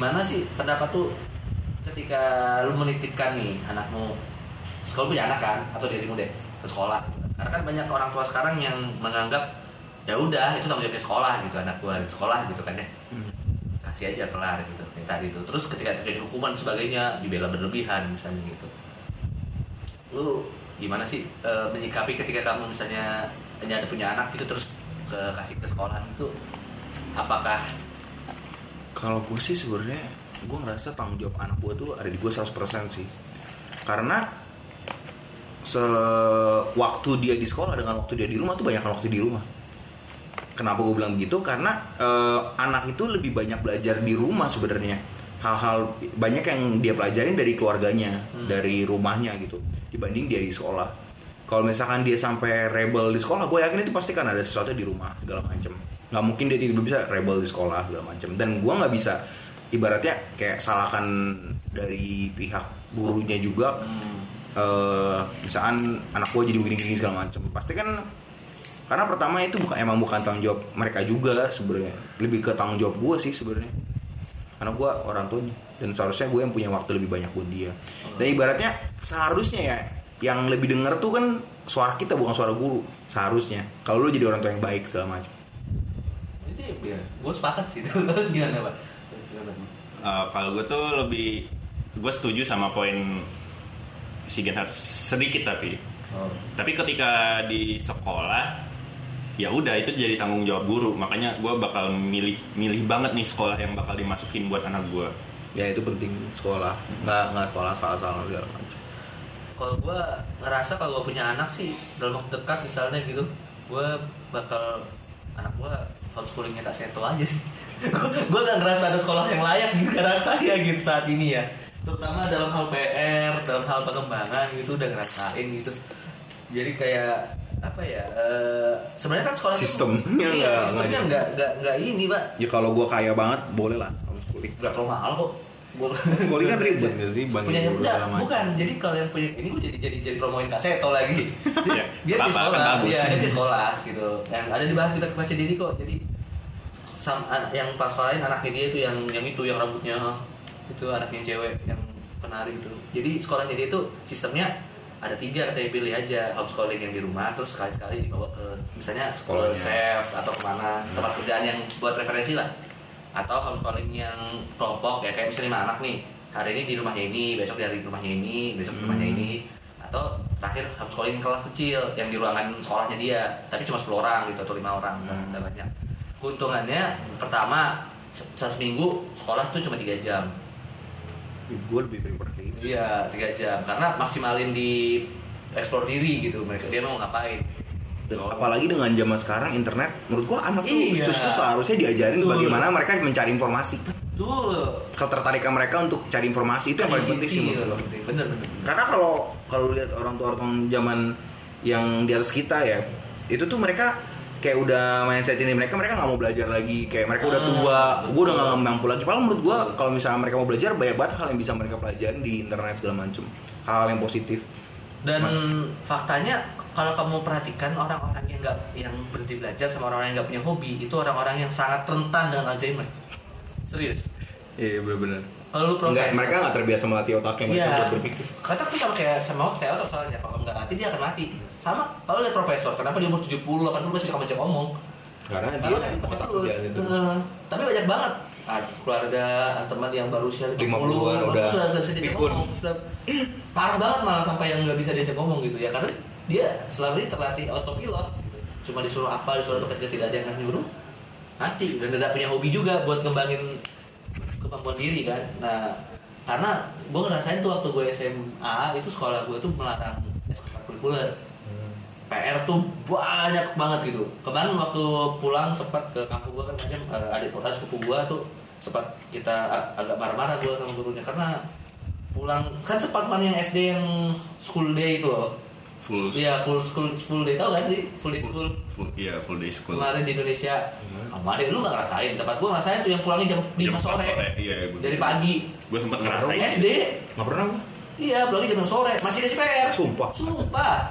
gimana sih pendapat lu ketika lu menitipkan nih anakmu, kalau punya anak kan, atau dirimu deh, ke sekolah? Karena kan banyak orang tua sekarang yang menganggap ya udah itu tanggung jawabnya sekolah gitu, anak gua di sekolah gitu kan ya, kasih aja kelar gitu kayak tadi itu. Terus ketika terjadi hukuman sebagainya dibela berlebihan misalnya gitu, lu gimana sih menyikapi ketika kamu misalnya ada punya anak gitu terus kasih ke sekolah itu? Apakah kalau gue sih sebenarnya gue ngerasa tanggung jawab anak gue tuh ada di gue 100% sih. Karena waktu dia di sekolah dengan waktu dia di rumah tuh banyak waktu di rumah. Kenapa gue bilang begitu? Karena anak itu lebih banyak belajar di rumah sebenarnya. Hal-hal banyak yang dia pelajarin dari keluarganya, dari rumahnya gitu, dibanding dia di sekolah. Kalau misalkan dia sampai rebel di sekolah, gue yakin itu pasti kan ada sesuatu di rumah segala macam. Nggak mungkin dia tiba-tiba bisa rebel di sekolah segala macam. Dan gue nggak bisa ibaratnya kayak salahkan dari pihak gurunya juga. Misalkan anak gue jadi begini-gini segala macam, pasti kan karena pertama itu bukan tanggung jawab mereka juga sebenarnya, lebih ke tanggung jawab gue sih sebenarnya, karena gue orang tuanya dan seharusnya gue yang punya waktu lebih banyak buat dia. Dan ibaratnya seharusnya ya yang lebih denger tuh kan suara kita bukan suara guru seharusnya, kalau lu jadi orang tua yang baik segala macam. Ini ya, gue sepakat sih. Gimana Pak? Kalau gue tuh lebih, gue setuju sama poin si Genhard sedikit tapi ketika di sekolah ya udah itu jadi tanggung jawab guru. Makanya gue bakal milih banget nih sekolah yang bakal dimasukin buat anak gue. Ya itu penting sekolah, nggak sekolah salah segala macam. Kalau gue ngerasa kalau gue punya anak sih dalam waktu dekat misalnya gitu, gue bakal anak gue homeschoolingnya Kak Seto aja sih. Gue gak ngerasa ada sekolah yang layak di negara saya gitu saat ini ya, terutama dalam hal PR, dalam hal pengembangan gitu udah ngerasain gitu. Jadi kayak apa ya, sebenarnya kan sekolah sistemnya nggak ini Pak. Ya kalau gue kaya banget boleh lah homeschooling, nggak terlalu mahal kok. Homeschooling kan ribet nggak sih, punyanya bukan. Jadi kalau yang punya ini gue jadi promoin Kak Seto lagi. Dia di sekolah, dia di sekolah gitu. Yang ada dibahas di kelas sendiri kok. Jadi yang pas sekolahin anaknya dia itu yang rambutnya itu anaknya cewek yang penari itu. Jadi sekolahnya dia itu sistemnya ada 3 katanya, pilih aja homeschooling yang di rumah, terus sekali-sekali dibawa ke misalnya sekolah chef atau kemana tempat kerjaan yang buat referensi lah, atau homeschooling yang kelompok ya kayak misalnya 5 anak nih, hari ini di rumahnya ini, besok di rumahnya ini, besok di rumahnya ini, atau terakhir homeschooling kelas kecil yang di ruangan sekolahnya dia tapi cuma 10 orang gitu atau 5 orang, nggak banyak. Keuntungannya pertama seminggu sekolah tuh cuma 3 jam. Gue lebih prefer kayak gitu. Iya 3 jam karena maksimalin di explore diri gitu, mereka dia mau ngapain. Dan apalagi dengan zaman sekarang internet, menurut gua anak tuh justru seharusnya diajarin bagaimana mereka mencari informasi. Betul. Ketertarikan mereka untuk cari informasi itu yang paling penting sih menurut gua. Bener. Karena kalau lihat orang tua zaman yang di atas kita ya, itu tuh mereka kayak udah mindset ini mereka nggak mau belajar lagi, kayak mereka udah tua, gue udah nggak mampu lagi. Padahal menurut gue kalau misalnya mereka mau belajar, banyak banget hal yang bisa mereka pelajarin di internet segala macam, hal yang positif. Dan faktanya kalau kamu perhatikan orang-orang yang berhenti belajar sama orang-orang yang nggak punya hobi, itu orang-orang yang sangat rentan dengan Alzheimer. Serius? Iya benar-benar. Kalau lu profesor, mereka nggak terbiasa melatih otaknya mereka buat berpikir. Kata tuh sama otak soalnya, kalau nggak latih dia akan mati. Sama kalau lihat profesor, kenapa dia umur 70, 80 masih bisa ngomong ngomong? Karena dia otak terus. Tapi banyak banget keluarga teman yang baru usia 50 udah sudah bisa diajak ngomong, sudah parah banget malah sampai yang nggak bisa diajak ngomong gitu ya, karena dia selama ini terlatih autopilot gitu. Cuma disuruh ketika tidak ada yang nyuruh mati, dan tidak punya hobi juga buat ngembangin kemampuan diri kan. Nah karena gue ngerasain tuh waktu gue SMA itu sekolah gue tuh melarang ekstrakurikuler. PR tuh banyak banget gitu. Kemarin waktu pulang sempat ke kampung gue kan macam adik sepupu gue tuh sempat kita agak marah-marah gue sama gurunya karena pulang kan sempat main yang SD yang school day itu loh. Full day, tau kan sih? Full day school. Full day school. Kemarin di Indonesia. Kemarin lu gak ngerasain, tempat gue ngerasain tuh yang pulangnya jam 5 sore. Iya, dari pagi. Gue sempat ngerasain. SD. Gak pernah gue. Iya, pulangnya jam 6 sore. Masih ada CPR. Sumpah.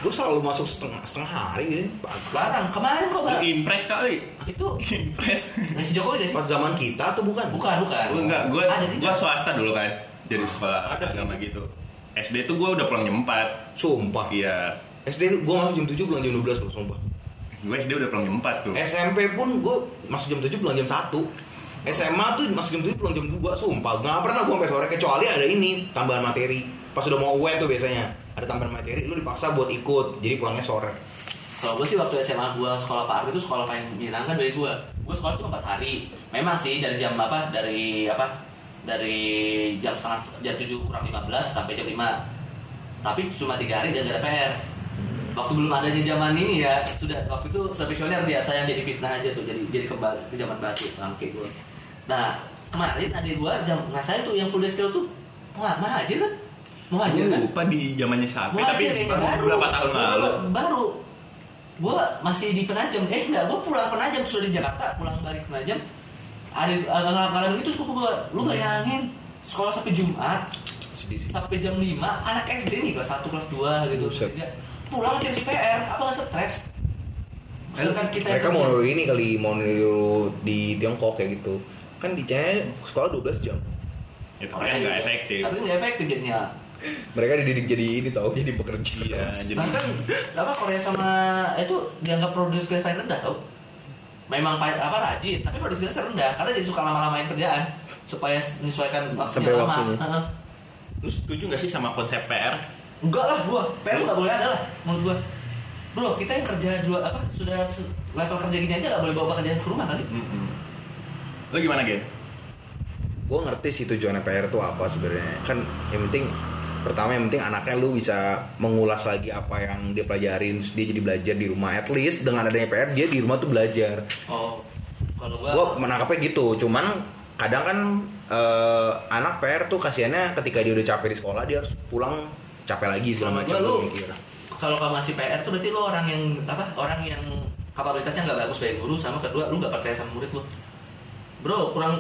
Gue selalu masuk setengah hari gitu. Sekarang kemarin kok Bang. Impres kali. Itu Impres. nasi Jokowi gak sih? Pas zaman kita tuh bukan? Bukan. Enggak, gue swasta dulu kan. Jadi sekolah agama gitu. SD tuh gue udah pulang jam 4. Sumpah. Iya. SD gue masuk jam 7 pulang jam 12 loh, sumpah. Gue SD udah pulang jam 4 tuh. SMP pun gue masuk jam 7 pulang jam 1. SMA tuh masuk jam 7 pulang jam 2, sumpah. Gak pernah gue sampai sore, kecuali ada ini, tambahan materi. Pas udah mau UN tuh biasanya, ada tambahan materi, lu dipaksa buat ikut, jadi pulangnya sore. Kalau gue sih waktu SMA gue sekolah Pak Argo itu sekolah paling menyenangkan dari gue. Gue sekolah cuma 4 hari. Memang sih dari jam dari jam 7 kurang 15 sampai jam 5. Tapi cuma 3 hari dan gak ada PR. Waktu belum adanya zaman ini ya, waktu itu visioner biasa yang jadi fitnah aja tuh, jadi kembali ke zaman batu bangke gue. Nah kemarin adik gue ngerasain tuh yang full day skill tuh Muhajir kan? Muhajir kan? Lupa di zamannya siapa, tapi baru berapa tahun lalu. Baru. Gue masih di Penajam. Enggak, gue pulang Penajam sudah di Jakarta, pulang balik Penajam. Ada ngalamin gitu sepupu gue. Lu bayangin sekolah sampai Jumat, sampai jam 5, anak SD nih kelas 1, kelas 2 gitu. Pulang masih PR, apa nggak stres? Misalkan kita mereka mau niru ini kali, mau niru di Tiongkok kayak gitu. Kan di China sekolah 12 jam. Itu kayak nggak efektif. Tapi nggak efektif jadinya. Mereka dididik jadi ini tau, jadi bekerja. Jadi bahkan Korea sama itu dianggap produktivitas paling rendah tau. Memang rajin, tapi produktivitas rendah karena jadi suka lama-lamain kerjaan supaya menyesuaikan sampai waktunya. Lu setuju nggak sih sama konsep PR? Enggak lah, PR nggak boleh ada lah menurut gua. Bro, kita yang kerja sudah level kerja gini aja nggak boleh bawa pekerjaan ke rumah kali. Lu gimana Gen? Gue ngerti sih tujuannya PR itu apa sebenarnya. Kan yang penting anaknya lu bisa mengulas lagi apa yang dia pelajarin, terus dia jadi belajar di rumah. At least dengan adanya PR dia di rumah tuh belajar. Oh, kalau gue menangkapnya gitu. Cuman kadang kan anak PR tuh kasihannya ketika dia udah capek di sekolah dia harus pulang capek lagi segala macam. Kalau kamu masih PR tuh berarti lo orang yang kapabilitasnya nggak bagus sebagai guru, sama kedua lu nggak percaya sama murid lo. Bro, kurang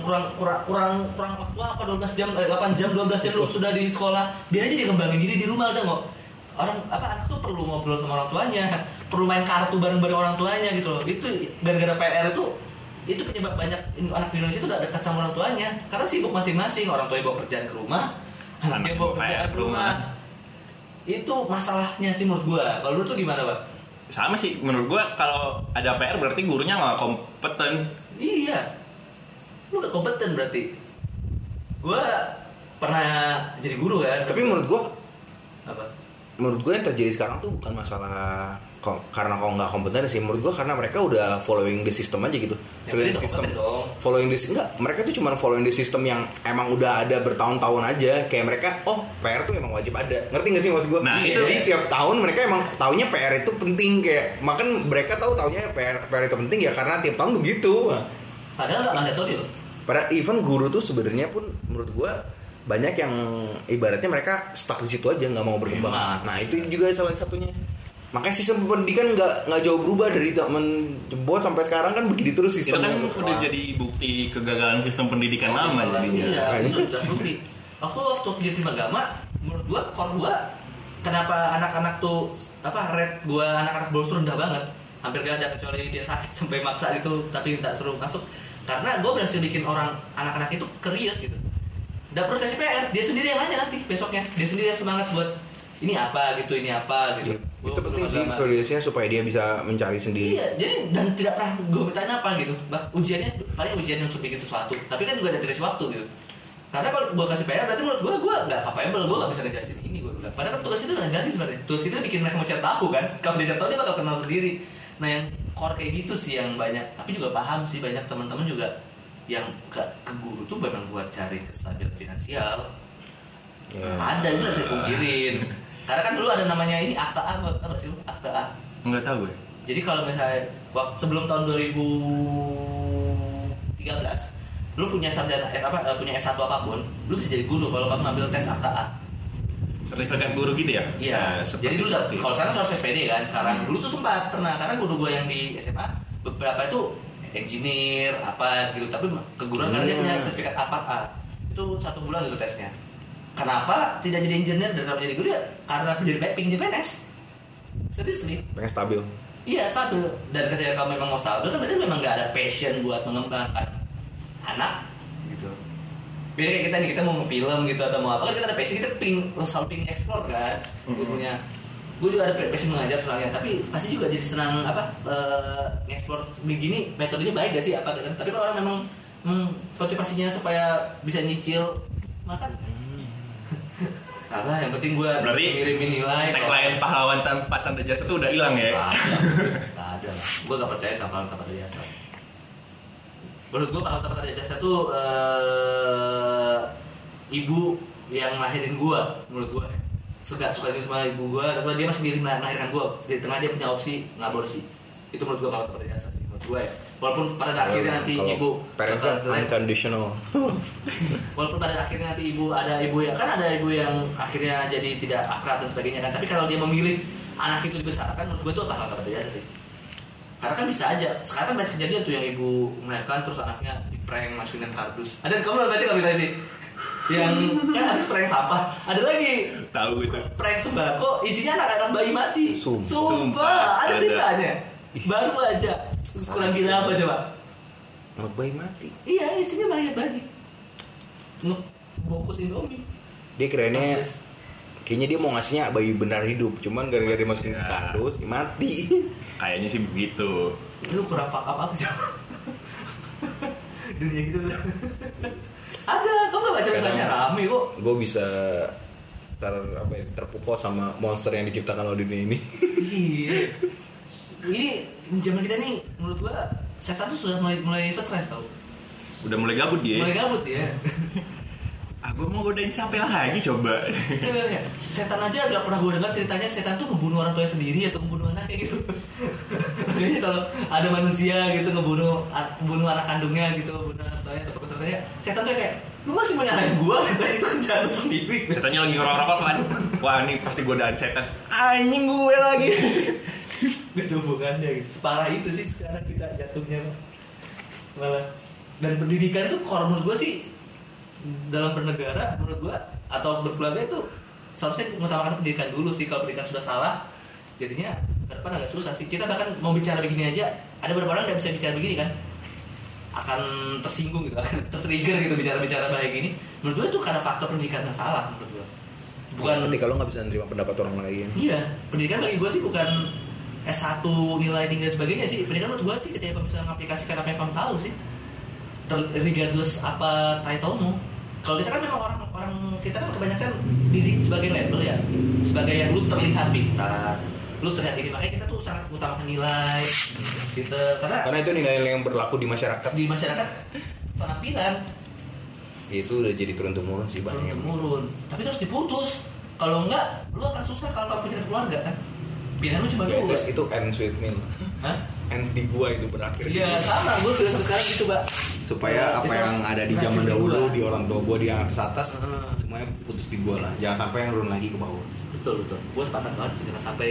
waktu apa 12 jam 8 jam 12 jam lu sudah di sekolah. Dia aja dikembangin diri di rumah udah nggak. Anak tuh perlu ngobrol sama orang tuanya, perlu main kartu bareng-bareng orang tuanya gitu loh. Itu gara-gara PR itu penyebab banyak anak di Indonesia itu gak dekat sama orang tuanya karena sibuk masing-masing. Orang tuanya bawa kerjaan ke rumah, anaknya bawa kerjaan ke rumah. Itu masalahnya sih menurut gua. Kalau lu tuh gimana, Bang? Sama sih menurut gua, kalau ada PR berarti gurunya nggak kompeten. Iya, lu gak kompeten berarti. Gua pernah jadi guru kan. Tapi menurut gua apa? Menurut gue yang terjadi sekarang tuh bukan masalah karena kau nggak kompeten sih. Menurut gue karena mereka udah following the system aja gitu. Ya, system following the enggak, mereka tuh cuma following the system yang emang udah ada bertahun-tahun aja. Kayak mereka PR tuh emang wajib ada. Ngerti nggak sih maksud gue? Nah, jadi tiap tahun mereka emang taunya PR itu penting, kayak makan mereka taunya PR itu penting ya karena tiap tahun begitu. Padahal nggak mandatori loh. Padahal even guru tuh sebenarnya pun menurut gue banyak yang ibaratnya mereka stuck di situ aja, nggak mau berkembang. Nah itu juga salah satunya. Makanya sistem pendidikan nggak jauh berubah dari zaman jebot sampai sekarang kan begitu terus sistemnya. Itu kan udah jadi bukti kegagalan sistem pendidikan lama jadinya. Iya, itu udah bukti. Waktu di tim agama, menurut gua core gua kenapa anak-anak tuh rate gua anak-anak bolos rendah banget. Hampir gak ada kecuali dia sakit sampai maksa gitu tapi tak suruh masuk. Karena gua berhasil bikin anak-anak itu curious gitu. Nggak perlu kasih PR, dia sendiri yang nanya nanti besoknya, dia sendiri yang semangat buat ini apa gitu. Ya, itu penting sih kuriosnya supaya dia bisa mencari sendiri. Iya, jadi dan tidak pernah gue bertanya apa gitu. Ujiannya paling ujian yang suruh bikin sesuatu, tapi kan juga ada dikasih waktu gitu. Karena kalau gue kasih PR berarti menurut gue nggak capable, gue nggak bisa ngejelasin ini gue bilang. Padahal kan tugas itu nggak ganti sebenarnya. Tugas itu bikin mereka mau cari tahu kan. Kalau dia cari tahu dia bakal kenal sendiri. Nah yang core kayak gitu sih yang banyak. Tapi juga paham sih banyak teman-teman juga yang ke guru tuh memang buat cari kestabilan finansial. Ada itu harus dipungkirin. Karena kan dulu ada namanya ini akta A, tau gak sih lu? Akta A. Enggak tahu gue. Jadi kalau misalnya sebelum tahun 2013, lu punya sarjana punya S1 apapun, lu bisa jadi guru kalau kamu ngambil tes akta A. Sertifikat guru gitu ya? Iya. Jadi dulu kalau sekarang harus SPD kan. Sekarang dulu tuh sempat pernah karena guru gue yang di SMA beberapa itu engineer apa gitu, tapi keguruan karena dia punya sertifikat A4A. Itu 1 bulan itu tesnya. Kenapa tidak jadi engineer dan kenapa jadi guru ya? Karena pengen jadi PNS. serius nih. Pengen stabil. Iya stabil. Dan ketika kamu memang mau stabil kan berarti memang nggak ada passion buat mengembangkan anak gitu. Beda kayak kita nih, kita mau film gitu atau mau apa kan kita ada passion, kita selalu pingin explore kan. Gue juga ada passion mengajar soalnya, tapi pasti juga jadi senang nge-explore begini metodenya baik gak sih apa kan. Tapi kalau orang memang motivasinya supaya bisa nyicil makan alah yang penting gue ngirimin nilai. Tagline pahlawan tanpa tanda jasa tuh udah hilang ya. Gak ada lah, gue gak percaya sama pahlawan tanpa tanda jasa. Menurut gue pahlawan tanpa tanda jasa tuh ibu yang lahirin gue, menurut gue suka ini sama ibu gue, dan dia masih milih melahirkan gue. Di tengah dia punya opsi ngaborsi. Itu menurut gue pahlawan tanpa tanda jasa sih, menurut gue ya. Walaupun pada akhirnya nanti ibu parents unconditional. Walaupun pada akhirnya nanti ada ibu yang akhirnya jadi tidak akrab dan sebagainya kan. Tapi kalau dia memilih anak itu dibesarkan, menurut gue itu pahlawan tanpa tanda jasa sih. Karena kan bisa aja. Sekarang kan banyak kejadian tuh yang ibu melahirkan terus anaknya di-prank masukin kardus. Ada kamu nggak baca nggak sih? Yang kan habis prank sampah. Ada lagi. Tahu itu. Prank sembako isinya anak-anak bayi mati. Sumpah. Ada beritanya. Baru aja. Kurang gila apa coba? Anak bayi mati. Iya, isinya mayat bayi. Bungkus Indomie. Dia kerennya kayaknya dia mau ngasihnya bayi benar hidup, cuman gara-gara dimasukin ke kardus mati. Kayaknya sih begitu. Lu kurang fuck up apa coba? Dunia gitu sih. Ada, kamu gak baca beritanya rame kok. Gue bisa terpukau sama monster yang diciptakan oleh dunia ini. Iya. Ini zaman kita nih menurut gua setan tuh sudah mulai stres tau. Udah mulai gabut dia. Gue mau godain siapa lagi coba. Setan aja gak pernah gue dengar ceritanya setan tuh ngebunuh orang tuanya sendiri atau ngebunuh anaknya gitu. Makanya kalau ada manusia gitu ngebunuh anak kandungnya gitu, bunuh anak tuanya atau pesertanya, setan tuh kayak lu masih mau nyalain gue, itu kan jatuh sendiri. Setannya lagi ngerokok kan. Wah ini pasti godaan setan. Anjing gue lagi. Gak ada hubungannya gitu. Separah itu sih sekarang kita jatuhnya malah. Dan pendidikan tuh kalau menurut gue sih dalam bernegara menurut gue atau berkeluarga itu seharusnya mengutamakan pendidikan dulu sih. Kalau pendidikan sudah salah jadinya ke depan agak susah sih. Kita bahkan mau bicara begini aja ada beberapa orang gak bisa bicara begini kan, akan tersinggung gitu, akan tertrigger gitu bicara-bicara baik gini. Menurut gue itu karena faktor pendidikan yang salah menurut gue. Bukan ketika lo gak bisa menerima pendapat orang lain. Iya, pendidikan bagi gue sih bukan S1 nilai tinggi dan sebagainya sih. Pendidikan menurut gue sih ketika kamu bisa mengaplikasikan apa yang kamu tahu sih, regardless apa titlemu. Kalau kita kan memang orang kita kan kebanyakan diri sebagai label ya, sebagai yang lu terlihat pintar, lu terlihat ini, makanya kita tuh sangat utamakan nilai gitu. Karena itu nilai-nilai yang berlaku di masyarakat. Di masyarakat penampilan itu udah jadi turun-temurun sih banyak. Turun-temurun. Tapi terus diputus. Kalau enggak, lu akan susah kalau kamu punya keluarga kan. Pilihan lu cuma dua. Itu end sweet meal. Hah? Ends di gua itu berakhir. Iya, sama. Gue sudah sampai sekarang gitu, Mbak. Supaya apa yang ada di zaman dahulu di orang tua gua di atas, semuanya putus di gua lah. Jangan sampai yang turun lagi ke bawah. Betul. Gua sepakat banget. Jangan sampai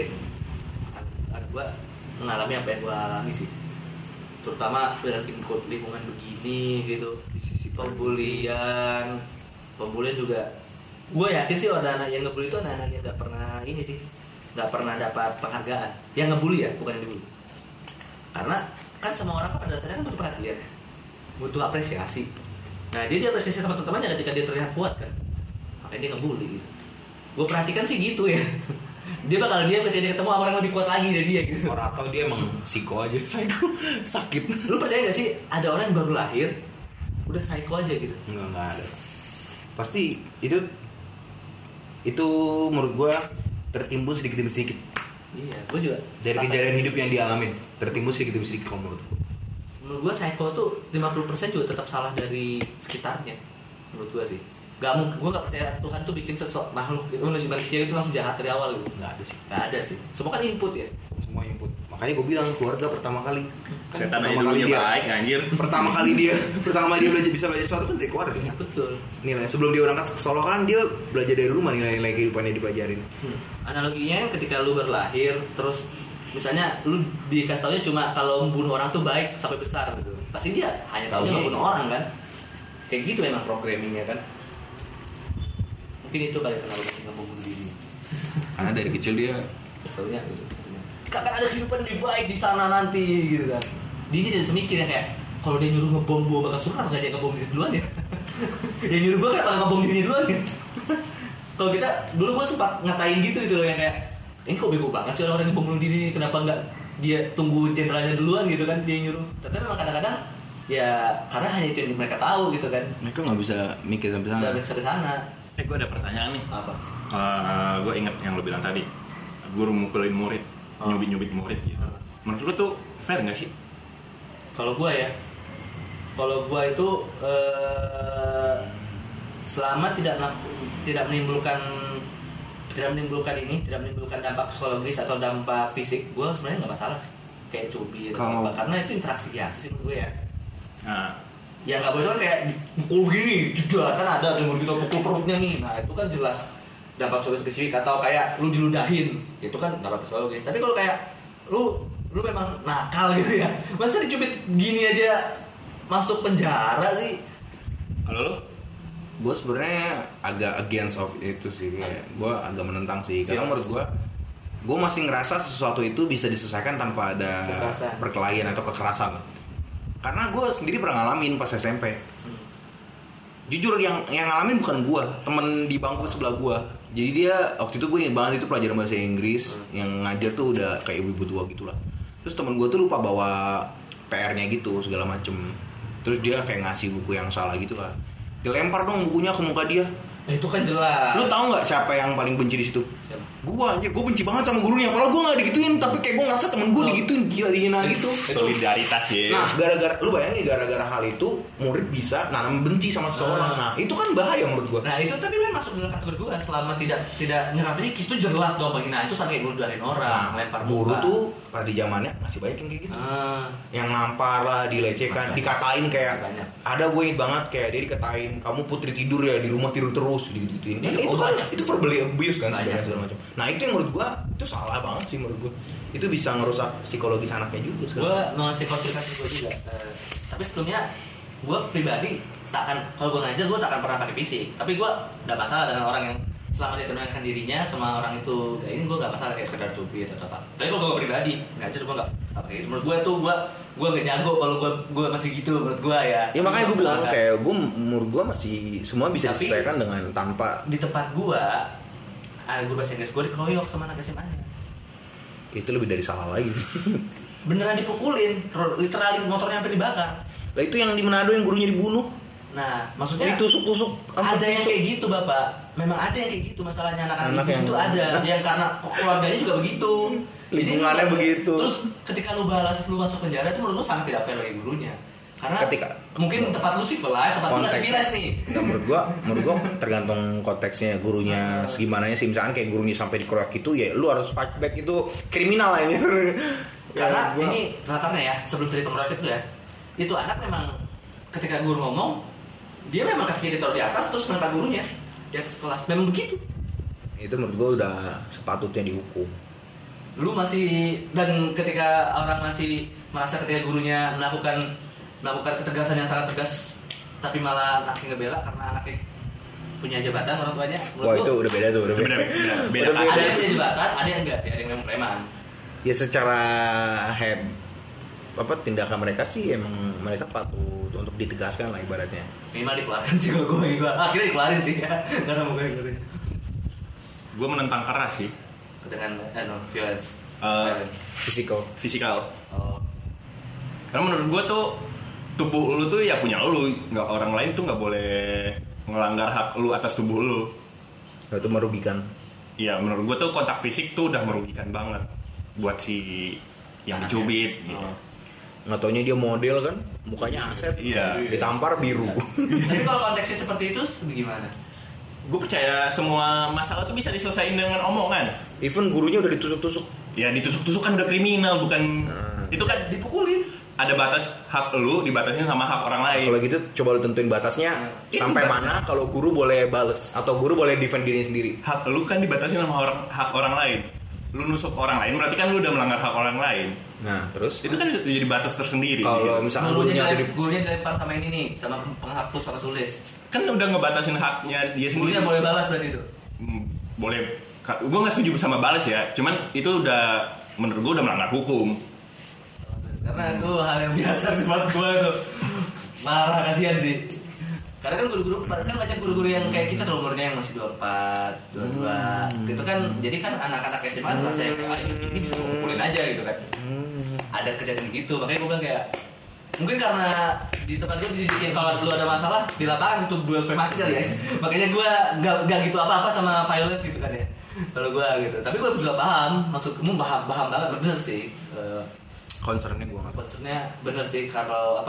anak gua mengalami apa yang gua alami sih. Terutama dalam lingkungan begini gitu. Di sisi pembulian juga. Gue yakin sih ada anak yang ngebully itu anak-anak yang nggak pernah ini sih, nggak pernah dapat penghargaan. Yang ngebully ya, bukan yang dibully. Karena kan semua orang kan pada dasarnya kan butuh perhatian, butuh apresiasi. Nah dia diapresiasi sama teman-temannya ketika dia terlihat kuat kan, makanya dia ngebully gitu. Gue perhatikan sih gitu ya. Dia bakal diam ketika dia ketemu orang yang lebih kuat lagi dari dia gitu. Orang atau dia emang psiko aja, psycho, sakit. Lu percaya gak sih ada orang yang baru lahir udah psycho aja gitu? Enggak ada. Pasti itu menurut gue tertimbun sedikit demi sedikit. Iya, gue juga. Dari kejadian hidup yang dialamin tertimbun sedikit demi sedikit kalau menurut gue. Menurut gue psycho tuh 50% juga tetap salah dari sekitarnya. Menurut gue sih. Gue gak percaya Tuhan tuh bikin makhluk manusia itu langsung jahat dari awal gitu. Gak ada sih. Semua kan input ya. Semua input. Makanya gue bilang keluarga pertama kali. Setan aja dulunya baik anjir. Pertama kali dia bisa belajar sesuatu kan dari keluarga. Betul. Nilai sebelum dia berangkat ke Solo kan dia belajar dari rumah nilai-nilai kehidupannya dipelajarin. Analoginya ketika lu berlahir terus misalnya lu dikasih taunya cuma kalau membunuh orang tuh baik sampai besar gitu. Pasti dia hanya taunya membunuh orang kan. Kayak gitu memang programmingnya kan. Mungkin itu kali kenapa masih nggak membunuh diri. Karena dari kecil dia Keselnya gitu. Kan ada kehidupan lebih baik di sana nanti gitu kan. Dia jadi bisa mikir ya kayak kalau dia nyuruh ngebom gua bakal suka nggak dia ngebom diri duluan ya? Dia nyuruh gua kayak ngebom dirinya duluan ya. Kalau kita dulu gua sempat ngatain gitu loh yang kayak ini kok bego banget sih orang-orang yang ngebom bunuh diri, kenapa nggak dia tunggu jenderalnya duluan gitu kan dia nyuruh. Tapi memang kadang-kadang ya karena hanya itu yang mereka tahu gitu kan. Mereka nggak bisa mikir sampai sana. Nggak bisa ke sana. Gue ada pertanyaan nih. Apa? Gue inget yang lo bilang tadi, guru mukulin murid, nyubit murid gitu. Menurut lo tuh fair nggak sih? Kalau gue itu selama tidak menimbulkan dampak psikologis atau dampak fisik, gue sebenarnya nggak masalah sih. Kayak cubit atau apa, karena itu interaksi biasa sih menurut gue ya. Ya nggak boleh kan kayak dipukul gini, jedar kan ada tuh kita pukul perutnya nih. Nah itu kan jelas dampak psikologis spesifik. Atau kayak lu diludahin, itu kan dampak psikologis. Tapi kalau kayak lu memang nakal gitu ya, masa dicubit gini aja masuk penjara sih? Kalau lu? Gue sebenarnya agak against of itu sih, kayak gue agak menentang sih. Karena menurut gue masih ngerasa sesuatu itu bisa diselesaikan tanpa ada perkelahian atau kekerasan. Karena gue sendiri pernah ngalamin pas SMP. Jujur yang ngalamin bukan gue, temen di bangku sebelah gue. Jadi dia waktu itu gue ingat banget itu pelajaran bahasa Inggris, yang ngajar tuh udah kayak ibu tua gitulah. Terus temen gue tuh lupa bawa PR-nya gitu segala macem. Terus dia kayak ngasih buku yang salah gitu lah. Dilempar dong bukunya ke muka dia. Itu kan jelas. Lu tahu nggak siapa yang paling benci di situ? Gua anjir, gua benci banget sama gurunya. Padahal gua nggak digituin, tapi kayak gua ngerasa temen gua digituin, gila dihina gitu. Solidaritas ya. Nah, lu bayangin gara-gara hal itu murid bisa nanam benci sama seseorang. Nah, itu kan bahaya menurut gua. Nah, itu tapi memang masuk dalam kategori gua selama tidak nyerap psikis itu jelas dong penghinaan itu sampai ngeludahin orang, lempar guru tuh pada zamannya masih banyak yang kayak gitu. Yang nampar lah, dilecehkan, dikatain kayak ada gue inget banget kayak dia dikatain kamu putri tidur ya di rumah tidur terus gitu-gituin. Itu kan itu verbally abuse kan sebenarnya segala macam. Nah itu yang menurut gue itu salah banget sih menurut gue. Itu bisa ngerusak psikologis anaknya juga. Gue ngasih konsultasi gue juga. Tapi sebelumnya gue pribadi kalau gue ngajar gue tak akan pernah pakai fisik. Tapi gue nggak masalah dengan orang yang selama dia tenangkan dirinya sama orang itu. Ya ini gue nggak masalah kayak sekedar cubit atau apa. Tapi kalau gue pribadi ngajar gue nggak pakai itu. Menurut gue tuh gue nggak jago kalau gue masih gitu menurut gue ya. Ya makanya gue bilang kayak gue menurut gue masih semua bisa diselesaikan dengan tanpa. Di tempat gue bahasa Inggris gue dikeroyok sama anak SMA-nya. Itu lebih dari salah lagi sih. Beneran dipukulin, literally motornya sampai dibakar. Lah itu yang di Manado yang gurunya dibunuh. Nah, maksudnya ditusuk-tusuk. Ada yang kayak gitu, Bapak. Memang ada yang kayak gitu masalahnya anak-anak di situ ada. Yang karena keluarganya juga begitu. Lingkungannya begitu. Terus ketika lu masuk penjara itu menurut lu sangat tidak fair bagi gurunya. Karena mungkin tempat lu civilized, tempat lu civilized nih. Nah, menurut gua tergantung konteksnya gurunya segimananya sih. Misalkan kayak gurunya sampai dikeroyok itu ya lu harus fight back, itu kriminal lah ini. Karena ini latarnya ya, sebelum dari pengeroyok itu ya. Itu anak memang ketika guru ngomong dia memang kakinya ditaruh di atas terus nempel gurunya di atas kelas. Memang begitu. Itu menurut gua udah sepatutnya dihukum. Lu masih, dan ketika orang masih merasa ketika gurunya melakukan ketegasan yang sangat tegas tapi malah anaknya ngebela karena anaknya punya jabatan orang tuanya. Wah itu udah beda tuh, beda. Ada yang punya jabatan, ada yang enggak sih, ada yang memang preman. Ya secara tindakan mereka sih emang mereka patut untuk ditegaskan lah ibaratnya. Minimal dikeluarkan sih kalau gue akhirnya dikeluarin sih ya. Karena mau gue. Gue menentang keras sih dengan violence. Fisikal. Oh. Karena menurut gue tuh tubuh lu tuh ya punya lu, nggak orang lain tuh nggak boleh ngelanggar hak lu atas tubuh lu. Itu merugikan. Iya, menurut gue tuh kontak fisik tuh udah merugikan banget buat si yang dicubit. Gitu. Nggak taunya dia model kan, mukanya aset, ditampar biru. Tapi kalau konteksnya seperti itu gimana? Gue percaya semua masalah tuh bisa diselesaikan dengan omongan. Even gurunya udah ditusuk-tusuk. Ya ditusuk-tusuk kan udah kriminal, bukan itu kan dipukulin. Ada batas hak lu dibatasin sama hak orang lain. Kalau gitu coba lu tentuin batasnya sampai mana kalau guru boleh bales atau guru boleh defend dirinya sendiri. Hak lu kan dibatasin sama hak orang lain. Lu nusuk orang lain berarti kan lu udah melanggar hak orang lain. Nah, terus itu kan jadi batas tersendiri. Kalau misalnya gurunya dilempar sama ini nih, sama penghapus surat tulis. Kan udah ngebatasin haknya dia sendiri. Gurunya boleh balas berarti itu. Boleh gue nggak setuju sama balas ya, cuman itu udah menurut gue udah melanggar hukum. Karena itu hal yang biasa di tempat gue tuh. Marah, kasihan sih. Karena kan guru-guru, kan banyak guru-guru yang kayak kita tuh umurnya yang masih 24, 22 gitu kan. Jadi kan anak-anak SMA tuh rasanya kayak ini bisa ngumpulin aja gitu kan. Ada kejadian gitu, makanya gue bilang kayak mungkin karena di tempat gue didikin kalau lu ada masalah di lapangan itu duel sampai mati kali ya. Makanya gue nggak gitu apa-apa sama violence gitu kan ya. Kalau gue gitu, tapi gue juga paham maksud kamu, paham banget, bener sih. Concernnya gue nggak. Concernnya bener sih kalau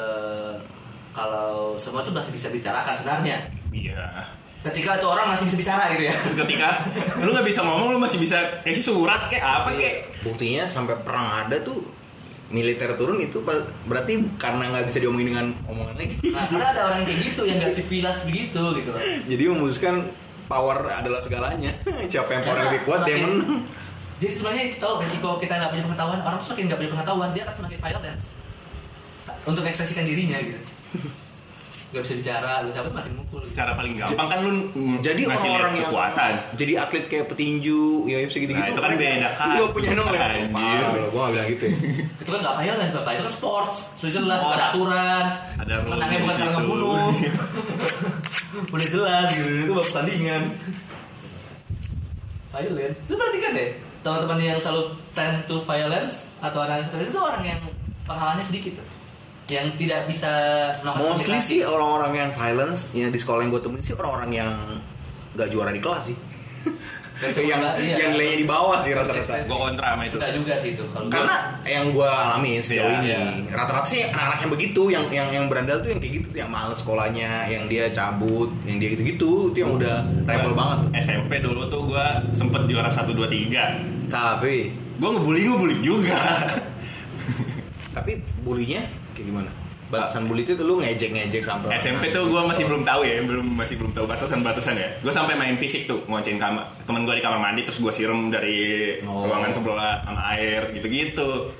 kalau semua tuh masih bisa bicarakan sebenarnya. Iya. Ketika itu orang masih bisa bicara gitu ya. Ketika lu nggak bisa ngomong, lu masih bisa kasih surat kayak apa kayak. Buktinya sampai perang ada tuh militer turun itu berarti karena nggak bisa diomongin dengan omongan lagi. Nah, karena ada orang yang kayak gitu yang nggak civilas begitu gitu loh. Jadi memutuskan power adalah segalanya. Siapa yang power lebih kuat dia menang. Jadi sebenarnya itu tahu resiko kita nggak punya pengetahuan. Orang semakin nggak punya pengetahuan dia akan semakin violence untuk mengekspresikan dirinya gitu. Gak bisa bicara, bisa apa makin mukul. Cara paling gampang kan lu jadi orang-orang yang kekuatan. Jadi atlet kayak petinju, ya segitu-gitu. Nah, itu kan beda kan. Gue punya nomor. Anjir, gue gak bilang gitu ya. Itu kan gak violence Bapak, itu kan sports. Sudah jelas, ada aturan. Ada menangnya bukan karena ngebunuh. Udah jelas gitu, itu bapak pertandingan. Violence. Lu perhatikan deh, teman-teman yang selalu tend to violence atau anak seperti itu orang yang pengalamannya sedikit tuh. Yang tidak bisa mostly sih orang-orang yang violence yang di sekolah yang gue temuin sih orang-orang yang gak juara di kelas sih. yang nilainya di bawah sih rata-rata. Gue kontra sama itu. Enggak juga sih itu. Karena yang gue alami sejauh ini rata-rata sih anak-anak yang begitu, yang berandal tuh yang kayak gitu, yang males sekolahnya, yang dia cabut, yang dia gitu-gitu, itu yang udah rebel banget. SMP dulu tuh gue sempet juara 1, 2, 3. Tapi gue ngebully juga. Tapi bulinya kayak gimana? Batasan bully itu lu ngejek-ngejek sampai SMP tuh gue masih belum tahu ya, masih belum tahu batasan ya. Gue sampai main fisik tuh, ngoncin kamar temen gue di kamar mandi, terus gue siram dari ruangan sebelah sama air gitu-gitu.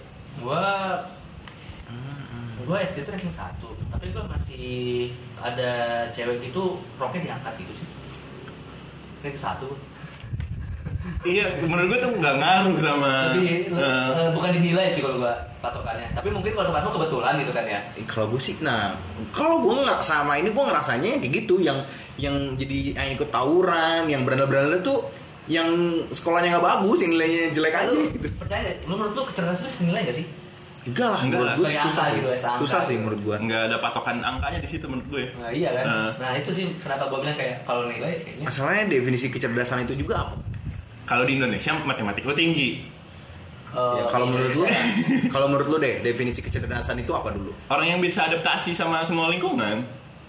Gue SD tuh ranking 1, tapi gue masih ada cewek itu roknya diangkat gitu sih. Ranking 1. Iya, menurut gue tuh nggak ngaruh sama. Bukan dinilai sih kalau gue patokannya. Tapi mungkin kalau tempatmu kebetulan gitu kan ya. Kalau gue sih, kalau gue nggak sama ini gue ngerasanya kayak gitu, yang jadi yang ikut tawuran, yang berandal-berandal tuh, yang sekolahnya nggak bagus, yang nilainya jelek aja. Gitu. Percaya? Menurut lu kecerdasan itu senilai nggak sih? Enggak lah, gue susah gitu, susah sih menurut gue. Nggak ada patokan angkanya di situ menurut gue. Nah iya kan. Nah itu sih kenapa gue bilang kayak kalau nilai kayaknya. Masalahnya definisi kecerdasan itu juga apa? Kalau di Indonesia matematik lo tinggi. Kalau menurut lu deh, definisi kecerdasan itu apa dulu? Orang yang bisa adaptasi sama semua lingkungan.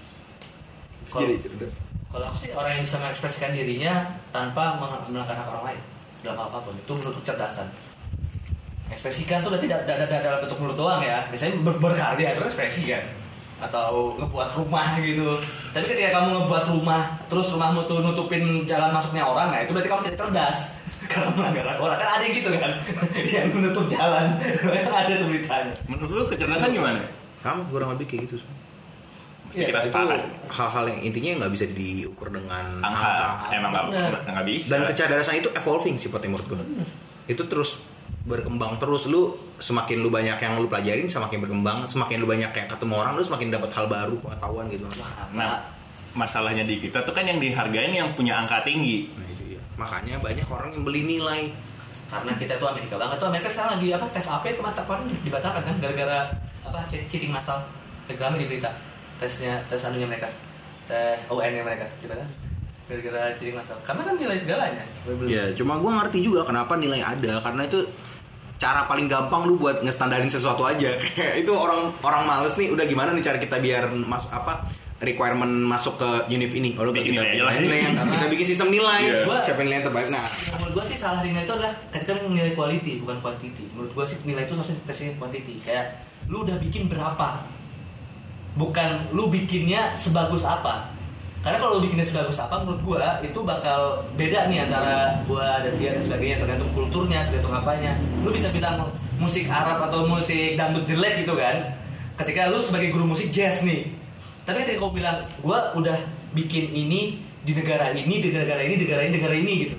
Kalau aku sih orang yang bisa mengekspresikan dirinya tanpa melanggar hak orang lain dalam apapun, itu menurut kecerdasan. Ekspresikan tuh berarti dalam bentuk mulut doang ya. Misalnya berkarya itu kan ekspresi kan, atau ngebuat rumah gitu. Tapi ketika kamu ngebuat rumah, terus rumahmu tuh nutupin jalan masuknya orang, nah itu berarti kamu tidak cerdas. Karena melanggar hak orang, kan ada gitu kan yang menutup jalan. Ada tuh beritanya. Menurut lu kecerdasan gimana? Sama, kurang lebih kayak gitu. Kita sepakat. Hal-hal yang intinya nggak bisa diukur dengan angka. Emang nggak bisa. Dan kecerdasan itu evolving sifatnya menurut gue. Itu terus berkembang terus. Lu semakin lu banyak yang lu pelajarin, semakin berkembang. Semakin lu banyak kayak ketemu orang, lu semakin dapat hal baru, pengetahuan gitu. Nah, masalahnya di kita tuh kan yang dihargain yang punya angka tinggi. Nah, itu dia. Makanya banyak orang yang beli nilai. Karena kita tuh Amerika banget tuh. Amerika sekarang lagi tes AP ke mata kemarin dibatalkan kan gara-gara cheating massal. Tegang di berita. Tes anunya mereka. Tes UN-nya mereka dibatalkan. Gara-gara cheating massal. Karena kan nilai segalanya. Ya, cuma gue ngerti juga kenapa nilai ada, karena itu cara paling gampang lu buat ngestandarin sesuatu aja. Kayak itu orang males nih, udah gimana nih cara kita biar requirement masuk ke univ ini. Kalau kita bikin sistem nilai, siapa nilai yang terbaik. Nah, menurut gue sih salah di nilai itu adalah ketika menilai quality bukan quantity. Menurut gue sih nilai itu harusnya versi quantity. Kayak lu udah bikin berapa, bukan lu bikinnya sebagus apa. Karena kalau lu bikinnya sebagus apa, menurut gue itu bakal beda nih antara gua dan dia dan sebagainya, tergantung kulturnya, tergantung apanya. Lu bisa bilang musik Arab atau musik dangdut jelek gitu kan, ketika lu sebagai guru musik jazz nih. Tapi ketika kau bilang gua udah bikin ini di negara ini, di negara ini, di negara ini, negara ini gitu,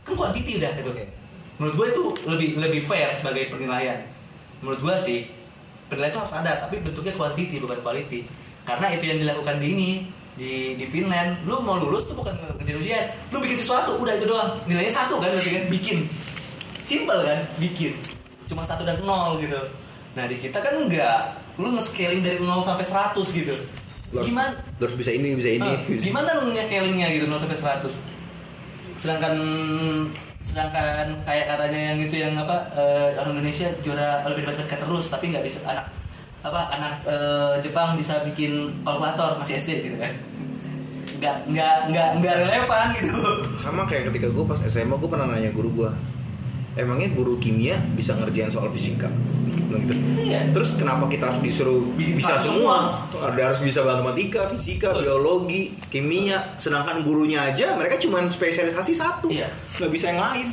kan quantity udah gitu. Menurut gue itu lebih fair sebagai penilaian. Menurut gue sih penilaian itu harus ada, tapi bentuknya quantity bukan quality. Karena itu yang dilakukan di Finland. Lu mau lulus tuh bukan kerja ujian, lu bikin sesuatu, udah itu doang. Nilainya 1 kan, berarti kan bikin. Simple kan, bikin. Cuma 1 dan 0 gitu. Nah di kita kan enggak, lu nge-scaling dari 0 sampai 100 gitu. Gimana? Terus bisa ini. Gimana lu nge-scalingnya gitu 0 sampai 100? Sedangkan kayak katanya yang itu yang apa orang Indonesia juara Olimpiade matematika terus tapi nggak bisa anak Jepang bisa bikin kalkulator masih SD gitu kan. Nggak relevan gitu. Sama kayak ketika gue pas SMA gue pernah nanya guru gue, emangnya guru kimia bisa ngerjain soal fisika? Gitu. Iya. Terus kenapa kita harus disuruh bisa semua? Harus bisa matematika, fisika, biologi, kimia. Sedangkan gurunya aja mereka cuma spesialisasi 1. Iya. Nggak bisa yang lain.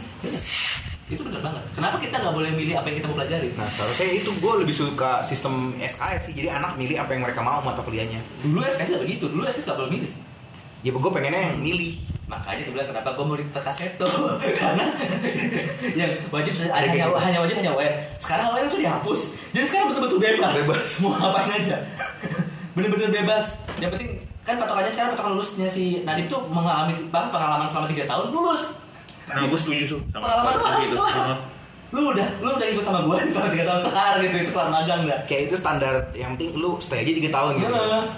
Itu benar banget. Kenapa kita nggak boleh milih apa yang kita mau pelajari? Nah seharusnya itu gue lebih suka sistem SKS sih. Jadi anak milih apa yang mereka mau mata kuliahnya. Dulu SKS nggak begitu. Dulu SKS nggak boleh milih. Ya gue pengennya yang milih. Makanya gue bilang kenapa gue mau di kaseto. Karena yang wajib hanya wajib hanya UN. Sekarang UN itu dihapus. Jadi sekarang betul-betul bebas. Mau ngapain aja. Bener-bener bebas. Yang penting kan patokannya sekarang patokan lulusnya si Nadiem tuh mengalami pengalaman selama 3 tahun lulus. Nah, gue setuju tuh sama pengalaman gitu. Lu udah ikut sama gue selama 3 tahun kelar gitu, itu kelar magang enggak? Kayak itu standar, yang penting lu stay aja 3 tahun gitu.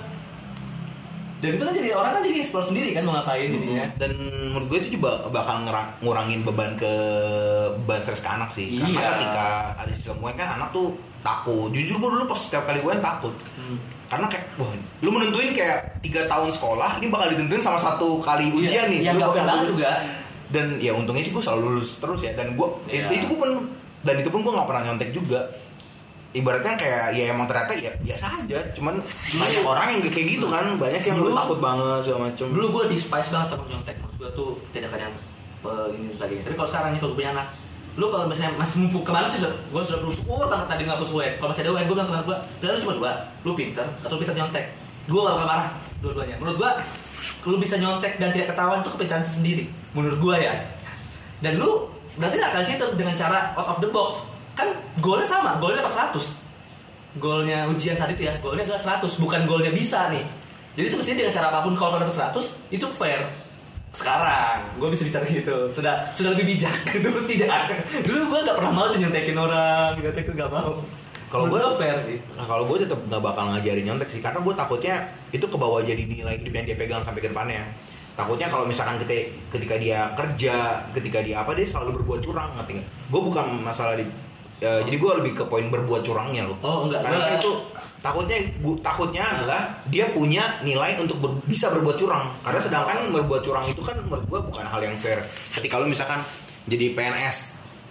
Dan itu kan jadi orang kan jadi explore sendiri kan mau ngapain jadinya. Dan menurut gue itu juga bakal ngurangin beban stres ke anak sih. Iya. Karena ketika ada sistem UN kan anak tuh takut. Jujur gue dulu pas setiap kali UN takut. Karena kayak wah, lu menentuin kayak 3 tahun sekolah ini bakal ditentuin sama 1 kali ujian nih. Yang gak fair banget juga. Dan ya untungnya sih gue selalu lulus terus ya. Dan gue itu pun gue nggak pernah nyontek juga. Ibaratnya kayak ya emang ternyata ya biasa aja. Cuman banyak orang yang kayak gitu kan. Banyak yang dulu takut banget segala macam. Dulu gue despise banget sama nyontek. Gue tuh tindakan yang ini sebagainya. Tapi kalau sekarang nih kalau gue punya anak, lu kalau misalnya masih mumpuk kemana sih? Gue sudah bersyukur banget tadi ngapus UN. Kalau masih ada UN, gue bilang sama anak gue, pilihan lu cuma 2, lu pinter atau pinter nyontek. Gue gak bakal marah dua-duanya. Menurut gue, lu bisa nyontek dan tidak ketahuan itu kepintaran sendiri. Menurut gue ya. Dan lu berarti gak akan situ dengan cara out of the box. Kan golnya sama, golnya dapat 100. Golnya ujian saat itu ya, golnya adalah 100, bukan golnya bisa nih. Jadi semestinya dengan cara apapun kalau dapat 100 itu fair. Sekarang gue bisa bicara gitu, sudah lebih bijak. Dulu tidak. Dulu gue nggak pernah mau nyontekin orang, nyontek nggak mau. Kalau gue fair sih. Nah kalau gue tetap nggak bakal ngajarin nyontek sih, karena gue takutnya itu kebawa jadi nilai hidup yang dia pegang sampai ke depannya. Takutnya kalau misalkan ketika dia kerja, ketika dia apa, dia selalu berbuat curang, ngerti nggak? Gue bukan masalah jadi gue lebih ke poin berbuat curangnya loh. Oh enggak. Karena itu takutnya adalah dia punya nilai untuk bisa berbuat curang. Karena sedangkan berbuat curang itu kan menurut gue bukan hal yang fair. Ketika lu misalkan jadi PNS,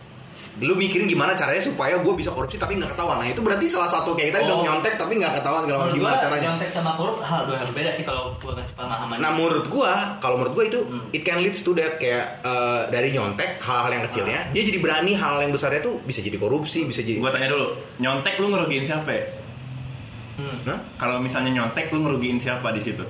lu mikirin gimana caranya supaya gue bisa korupsi tapi nggak ketahuan. Nah itu berarti salah satu kayak tadi dong, nyontek tapi nggak ketahuan gimana caranya. Nyontek sama korup dua hal berbeda sih kalau gue ngasih pemahaman. Nah menurut gue itu it can lead to that, kayak dari nyontek hal-hal yang kecilnya dia jadi berani, hal yang besarnya tuh bisa jadi korupsi, bisa jadi. Gue tanya dulu, nyontek lu ngerugiin siapa ya? Nah, kalau misalnya nyontek lu ngerugiin siapa di situ?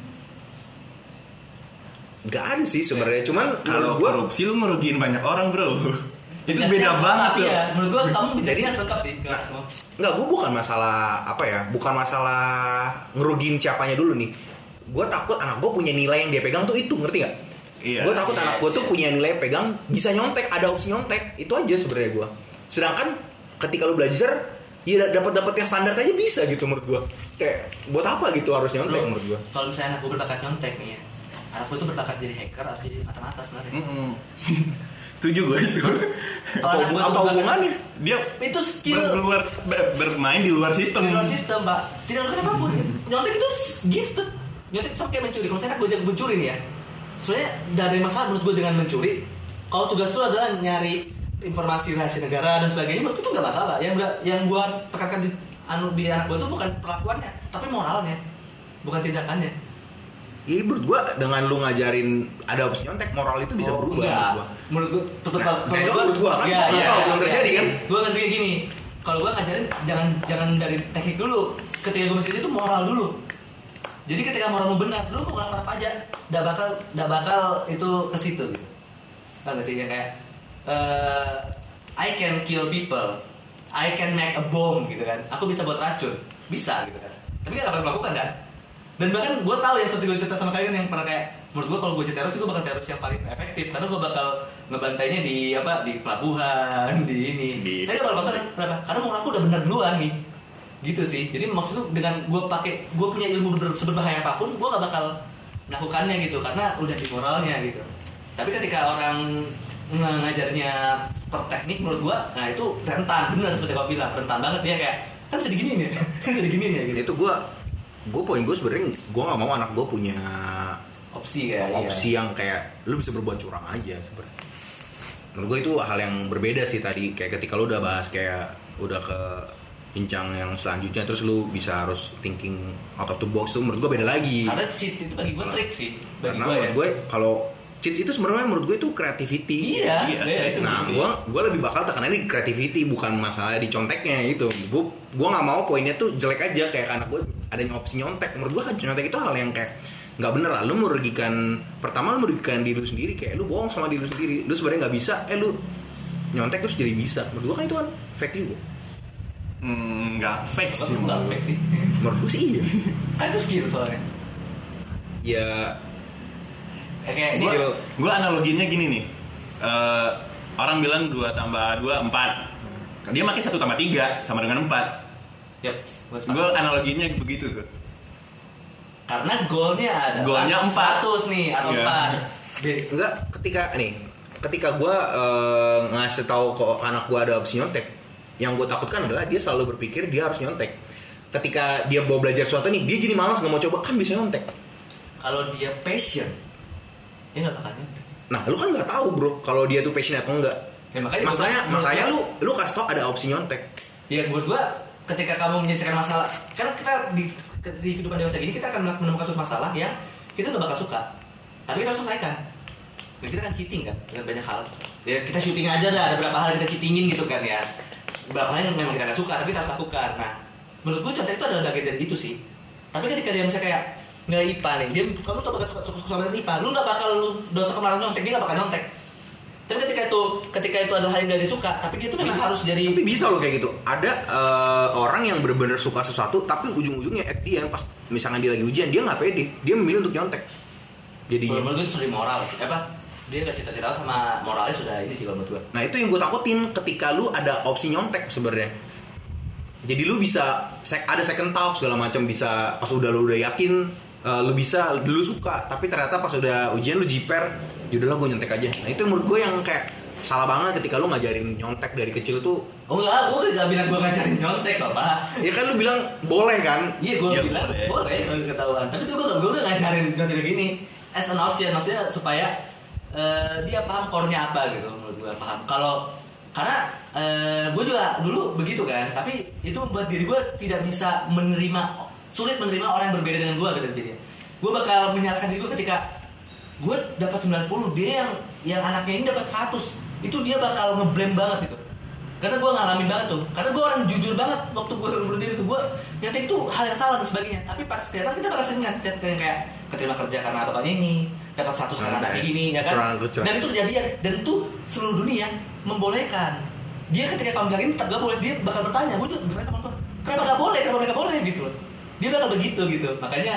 Gak ada sih sebenarnya, cuman kalau korupsi lu ngerugiin banyak orang bro. Itu beda banget tuh. Iya, menurut gua kamu jadinya lengkap sih. Enggak, gua bukan masalah bukan masalah ngerugiin siapanya dulu nih. Gua takut anak gua punya nilai yang dia pegang tuh itu, ngerti gak? Iya. Gua takut anak gua tuh punya nilai pegang bisa nyontek, ada opsi nyontek. Itu aja sebenarnya gua. Sedangkan ketika lu belajar, ya dapat yang standar aja bisa gitu menurut gua. Kayak buat apa gitu harus nyontek menurut gua? Kalau misalnya anak gua berbakat nyontek nih ya, anak gua tuh berbakat jadi hacker atau jadi mata-mata sebenarnya. Setuju gue itu. Apa hubungannya? Dia itu skill bermain di luar sistem. Di luar sistem, Pak. Tidak ada apapun. Nyontek itu gifted. Nyontek sama kayak mencuri. Kalau misalnya gue jago mencuri nih ya, sebenarnya gak ada masalah menurut gue dengan mencuri. Kalau tugas lu adalah nyari informasi rahasia negara dan sebagainya, menurut gue itu gak masalah. Yang gue harus tekankan di anak gue itu bukan perlakuannya, tapi moralnya, bukan tindakannya. Ya menurut gue dengan lu ngajarin ada opsi nyontek, moral itu bisa berubah. Menurut gue tetap menurut gue kan belum terjadi kan. Gue kan kayak gini, kalau gue ngajarin jangan dari teknik dulu. Ketika gue masih itu moral dulu. Jadi ketika moralmu benar, lu mau ngelakuin apa aja, nggak bakal itu ke situ. Gitu. Tahu nggak sih yang kayak I can kill people, I can make a bomb gitu kan. Aku bisa buat racun, bisa gitu kan. Tapi nggak pernah melakukan kan. Dan bahkan gue tahu yang seperti gue cerita sama kalian yang pernah kayak menurut gue kalau gue jadi teroris itu bakal teroris yang paling efektif karena gue bakal ngebantainya di pelabuhan di ini. Tapi kalau bakal kenapa? Karena moral aku udah benar duluan nih. Gitu sih. Jadi maksud tuh dengan gue punya ilmu seberbahaya apapun, gue gak bakal melakukannya gitu karena udah di moralnya gitu. Tapi ketika orang ngajarnya per teknik menurut gue, nah itu rentan, bener seperti kau bilang, rentan banget dia kayak kan bisa diginiin ya, kan bisa diginiin ya gitu. Itu gue poin gue sebenarnya gue nggak mau anak gue punya opsi yang kayak lu bisa berbuat curang aja sebenarnya. Menurut gue itu hal yang berbeda sih tadi kayak ketika lu udah bahas kayak udah ke pincang yang selanjutnya terus lu bisa harus thinking out of the box tuh menurut gue beda lagi. Karena cheat itu bagi gue trik sih. Karena menurut gue kalau cheat itu sebenarnya menurut gue itu creativity. Iya. Itu nah, gue lebih bakal tekanan ini creativity bukan masalah di conteknya itu. Gue nggak mau poinnya tuh jelek aja kayak anak gue adanya opsi nyontek. Menurut gue nyontek itu hal yang kayak nggak bener lah. Lu merugikan diri lu sendiri kayak lu bohong sama diri lu sendiri. Lu sebenarnya nggak bisa, lu nyontek terus jadi bisa. Menurut gue kan itu kan fake juga. Nggak fake sih. Nggak fake sih. Menurut gue sih iya. Kan itu skill soalnya. Ya. Kayak gue analoginya gini nih. Orang bilang 2 tambah 2 4. Dia makin 1 tambah 3 sama dengan 4. Yap. Gue analoginya begitu tuh. Karena goalnya ada 100 nih atau 4. Enggak, ketika gue ngasih tahu ke anak gue ada opsi nyontek, yang gue takutkan adalah dia selalu berpikir dia harus nyontek. Ketika dia mau belajar sesuatu nih, dia jadi malas nggak mau coba kan bisa nyontek. Kalau dia passion, dia nggak bakal nyontek. Nah, lu kan nggak tahu bro, kalau dia tuh passion atau enggak. Ya, makanya masanya lu kasih tau ada opsi nyontek. Ya menurut gue, ketika kamu menyelesaikan masalah, kan kita di kehidupan dewasa ini kita akan menemukan suatu masalah yang kita nggak bakal suka, tapi kita harus selesaikan. Dan kita kan cheating kan dengan banyak hal. Ya kita syuting aja dah, ada berapa hal yang kita cheatingin gitu kan ya. Beberapa hal yang memang kita nggak suka, tapi kita harus lakukan. Nah, menurut gue contoh itu adalah bagian dari itu sih. Tapi ketika dia misalnya kayak nilai IPA nih, kamu tuh bakal suka sama IPA, lu nggak bakal dosa kemarin nyontek, dia nggak bakal nyontek. Tapi ketika itu adalah hal yang gak disuka, tapi dia tuh memang harus jadi. Tapi bisa loh kayak gitu. Ada orang yang benar-benar suka sesuatu, tapi ujung-ujungnya at the end pas misalkan dia lagi ujian, dia nggak pede, dia memilih untuk nyontek. Jadi menurut gue itu sudah moral sih. Dia gak cita-cita sama moralnya sudah ini sih kalau menurut gue. Nah itu yang gue takutin ketika lu ada opsi nyontek sebenarnya. Jadi lu bisa ada second thought segala macam, bisa pas lu udah yakin lu bisa, lu suka, tapi ternyata pas udah ujian lu jiper, yaudahlah gue nyontek aja. Nah itu menurut gue yang kayak salah banget ketika lu ngajarin nyontek dari kecil tuh. Oh enggak, gue gak bilang gue ngajarin nyontek bapak. Ya kan lu bilang boleh kan? Iya gue bilang boleh kalau ketahuan. Tapi tuh gue gak ngajarin nyontek kayak gini as an option, maksudnya supaya dia paham core-nya apa gitu. Menurut gue paham. Karena gue juga dulu begitu kan, tapi itu membuat diri gue tidak bisa sulit menerima orang yang berbeda dengan gue gitu. Jadi gue bakal menyalahkan diri gue ketika gue dapat 90, dia yang anaknya ini dapat 100, itu dia bakal ngeblame banget gitu. Karena gue ngalamin banget tuh, karena gue orang jujur banget waktu gue berdiri tuh, gue nyata itu hal yang salah dan sebagainya. Tapi pas kelihatan kita bakal sering lihat kayak keterima kerja karena bapaknya ini, dapat 100 karena kayak gini, ya kan? Dan itu kejadian, dan itu seluruh dunia membolehkan. Dia ketika kamu bilang ini tetap gak boleh, dia bakal bertanya, gue juga bertanya sama teman, kenapa gak boleh gitu loh. Dia bakal begitu gitu. Makanya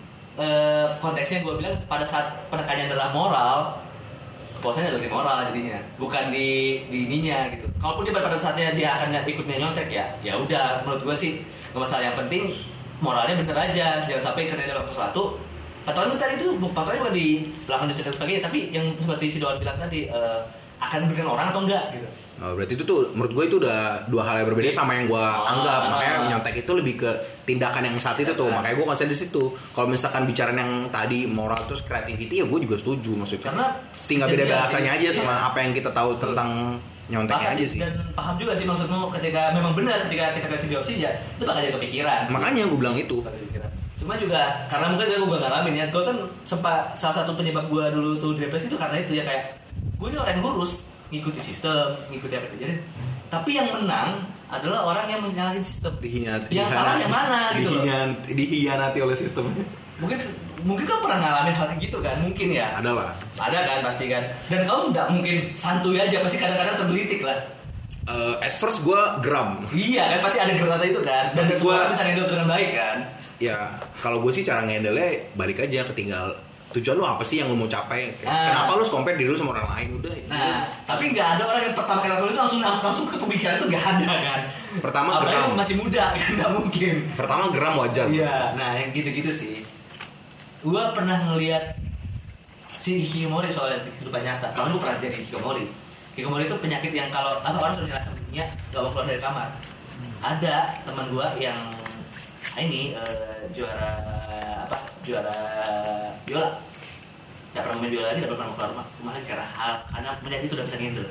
konteksnya gue bilang pada saat penekannya adalah moral, kepuasannya adalah di moral jadinya, bukan di ininya gitu. Kalaupun dia pada saatnya dia akan ikutnya nyontek ya udah, menurut gue sih nggak masalah. Yang penting moralnya bener aja, jangan sampai ketika dalam sesuatu patokannya tadi itu patokannya bukan di belakang dan sebagainya, tapi yang seperti si Doan bilang tadi akan merugikan orang atau enggak gitu. Oh, berarti itu tuh menurut gue itu udah dua hal yang berbeda sama yang gue anggap. Makanya nyontek itu lebih ke tindakan yang saat itu tuh. Makanya gue konsen di situ. Kalau misalkan bicara yang tadi moral terus creativity, ya gue juga setuju maksudnya. Karena tinggal beda bahasanya aja sama apa yang kita tahu tentang nyonteknya aja sih. Dan paham juga sih maksudmu ketika memang benar ketika kita kasih opsi ya itu bakal jadi kepikiran. Makanya gue bilang itu. Cuma juga karena mungkin gue gak ngalamin ya. Gue kan sempat salah satu penyebab gue dulu tuh depresi itu karena itu ya, kayak gue ini orang yang lurus, ngikuti sistem, ngikuti apa yang terjadi. Tapi yang menang adalah orang yang menyalahin sistem. Yang salah yang mana gitu loh. Dihianati oleh sistem. Mungkin mungkin kamu pernah ngalamin hal kayak gitu kan? Mungkin ya. Ada lah. Ada kan pasti kan. Dan kamu nggak mungkin santuy aja, pasti kadang-kadang tergelitik lah. At first gue geram. Iya kan, pasti ada gerasa itu kan. Dan semua orang bisa handle dengan baik kan. Ya kalau gue sih cara nge-handle-nya balik aja ketinggal. Tujuan lu apa sih yang lu mau capai? Kenapa lu compare diri lu sama orang lain? Udah. Nah, tapi nggak ada orang yang pertama kali lakukan itu langsung ke pemikiran itu nggak ada kan. Pertama apalagi geram. masih muda kan, nggak mungkin. Pertama geram wajar. Iya, nah yang gitu-gitu sih. Gua pernah ngelihat si hikikomori soalnya di kehidupan nyata. Kalau lu pernah jadi hikikomori. Hikikomori itu penyakit yang kalau orang sudah jelas dunia nggak mau keluar dari kamar. Ada teman gua yang ini juara biola. Gak pernah main biola lagi, gak pernah keluar rumah lagi karena melihat itu udah bisa ngendel.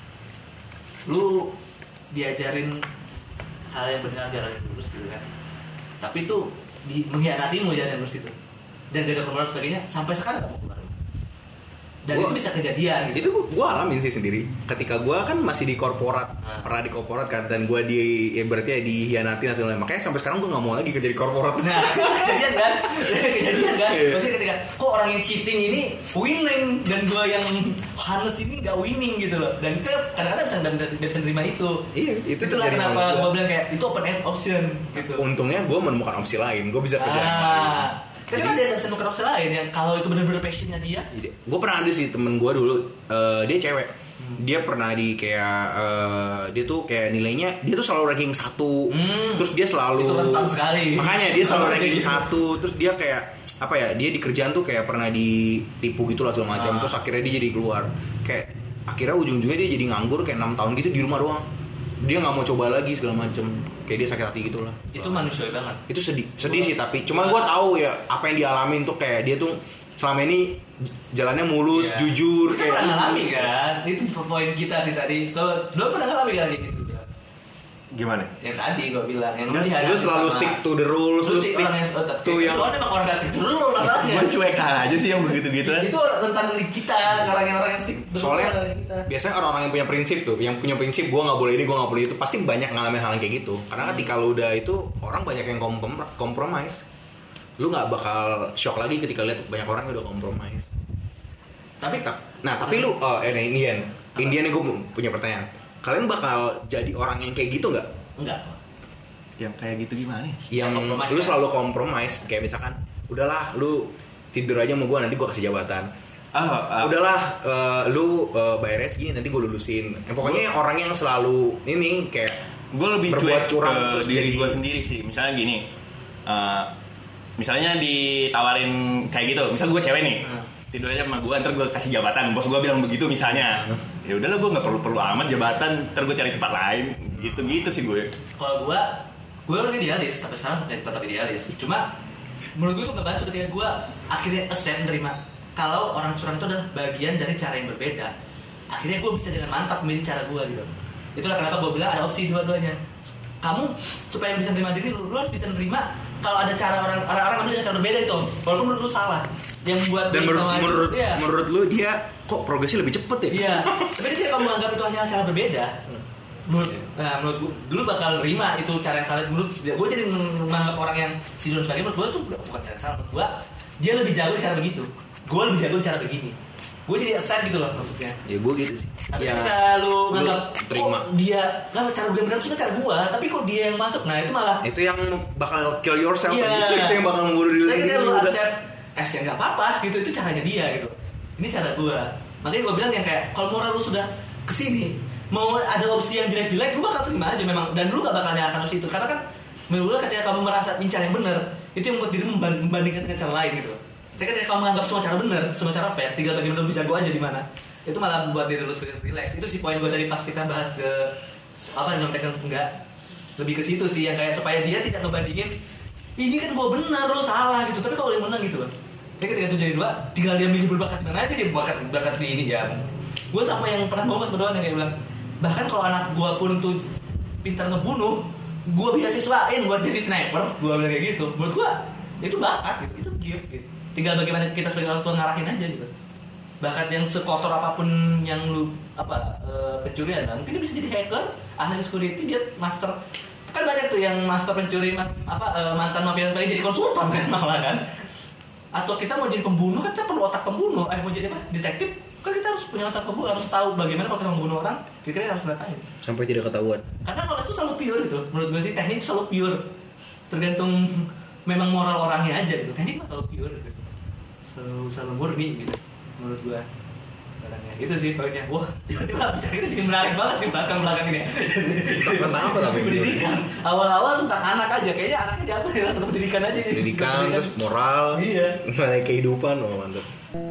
Lu diajarin hal yang benar jalan yang lurus gitu kan. Tapi itu mengkhianatimu jalan yang lurus itu. Dan gak ada keluar sebagainya sampai sekarang gak mau keluar. Dan itu bisa kejadian gitu. Itu gue alamin sih sendiri. Ketika gue kan masih di korporat, pernah di korporat kan, dan gue berarti dihianati hasilnya. Makanya sampai sekarang gue nggak mau lagi kerja di korporat. Nah, kejadian kan? Maksudnya ketika kok orang yang cheating ini winning dan gue yang honest ini nggak winning gitu loh. Dan itu kadang-kadang bisa nerima itu. Iya, itulah kenapa gue bilang kayak itu open end option gitu. Untungnya gue menemukan opsi lain. Gue bisa kerja yang lain. Tapi kan dia nggak bisa nuker opsi lain yang kalau itu benar-benar passionnya dia. Gue pernah ada sih temen gue dulu, dia cewek. Dia pernah di kayak dia tuh kayak nilainya dia tuh selalu ranking 1. Terus dia selalu itu rentan sekali. Makanya dia selalu ranking 1. Terus dia kayak apa ya? Dia di kerjaan tuh kayak pernah ditipu gitu lah segala macam. Terus akhirnya dia jadi keluar. Kayak akhirnya ujung-ujungnya dia jadi nganggur kayak 6 tahun gitu di rumah doang. Dia nggak mau coba lagi segala macem, kayak dia sakit hati gitulah. Itu manusiawi banget. Itu sedih sih, tapi cuma gue tahu ya apa yang dialamin tuh kayak dia tuh selama ini jalannya mulus, jujur. Kita kayak pernah ngalami kan, itu poin kita sih tadi. Kalau lo pernah ngalami kan gitu? Gimana? Yang tadi gue bilang, yang lu selalu stick to the rules, lu stick to yang. Itu emang orang gak stick to the rules masalahnya. Gue cuek aja sih yang begitu-gitu. Itu rentan di kita, orang yang stick. Soalnya biasanya orang-orang yang punya prinsip tuh, yang punya prinsip gue nggak boleh ini, gue nggak boleh itu, pasti banyak ngalamin hal yang kayak gitu. Karena ketika lu udah itu, orang banyak yang kompromis. Lu nggak bakal shock lagi ketika lihat banyak orang yang udah kompromis. Tapi lu, Indian gue punya pertanyaan. Kalian bakal jadi orang yang kayak gitu nggak? Enggak. Yang kayak gitu gimana? Yang lu selalu kompromis, kayak misalkan, udahlah lu tidur aja sama gue, nanti gue kasih jabatan. Udahlah, lu bayarnya segini, nanti gue lulusin. Pokoknya orang yang selalu ini kayak gue lebih berbuat curang ke diri gue sendiri sih. Misalnya gini, misalnya ditawarin kayak gitu, misal gue cewek nih. Tidur aja sama gue, ntar gue kasih jabatan. Bos gue bilang begitu misalnya. Ya udahlah, gue nggak perlu amat jabatan. Ntar gue cari tempat lain. Gitu sih gue. Kalau gue orang idealis, tapi sekarang tetap idealis. Cuma menurut gue tuh ngebantu ketika gue akhirnya accept menerima kalau orang curang itu adalah bagian dari cara yang berbeda. Akhirnya gue bisa dengan mantap memilih cara gue gitu. Itulah kenapa gue bilang ada opsi dua-duanya. Kamu supaya bisa menerima diri lu harus bisa menerima kalau ada cara orang ambil dengan cara berbeda itu. Walaupun menurut lu salah. Yang buat dan menurut lu dia kok progresnya lebih cepet ya? Iya. Tapi ketika kamu anggap itu hanya cara berbeda, menurut gue, lu bakal nerima itu cara yang salah. Menurut gue jadi menganggap orang yang tidur sebagai, menurut gue tuh bukan cara yang salah. Menurut gue dia lebih jago di cara begitu. Gue lebih jago di cara begini. Gue jadi accept gitu loh maksudnya. Ya gue gitu sih. Tapi ketika lu nganggap terima dia nggak cara gue benar sebenarnya cara gue, tapi kok dia yang masuk, nah itu malah itu yang bakal kill yourself. Iya. Itu yang bakal membunuh diri sendiri. Lu accept ya nggak apa-apa gitu, itu caranya dia gitu. Ini cara gue. Makanya gue bilang yang kayak kalau moral lu sudah kesini, mau ada opsi yang jelek-jelek, lu bakal terima aja memang, dan lu gak bakal nyalakan opsi itu karena kan menurut lu ketika kamu merasa ini cara yang benar, itu yang membuat dirimu membandingkan dengan cara lain gitu. Tapi ketika kamu menganggap semua cara benar, semua cara fair, tinggal bagaimana lu bisa jago aja di mana, itu malah membuat diri lu semakin relax. Itu sih poin gue tadi pas kita bahas ke nyontekan enggak, lebih ke situ sih yang kayak supaya dia tidak ngebandingin ini kan gue benar lu salah gitu, tapi kalau dia menang gitu loh. Jadi ketika itu jadi dua, tinggal dia milih berbakat di mana aja, dia bakat di ini ya. Gue sama yang pernah ngomong berdoa yang kayak bilang, bahkan kalau anak gue pun tuh pintar ngebunuh, gue beasiswain buat jadi sniper, gue bilang kayak gitu. Menurut gue itu bakat gitu, itu gift gitu. Tinggal bagaimana kita sebagai orang tua ngarahin aja gitu. Bakat yang sekotor apapun yang lu pencurian, nah, mungkin dia bisa jadi hacker, ahli security, dia master. Kan banyak tuh yang master pencuri mantan mafia sebagai jadi konsultan kan malah kan. Atau kita mau jadi pembunuh kan kita perlu otak pembunuh. Mau jadi apa? Detektif kan kita harus punya otak pembunuh, harus tahu bagaimana kalau kita membunuh orang, kira-kira harus ngapain. Sampai tidak ketahuan. Karena kalau itu selalu pure gitu. Menurut gue sih teknik selalu pure. Tergantung memang moral orangnya aja gitu. Teknik mah selalu pure gitu. Selalu murni gitu. Menurut gue. Orangnya. Itu sih poinnya. Wah, tiba-tiba bicara kita jadi menarik banget di belakang ini. Tentang apa tapi? Pendidikan. Awal-awal tentang anak aja. Kayaknya anaknya diambil ya tentang pendidikan aja nih. Pendidikan terus moral. Iya. Kehidupan, mantap.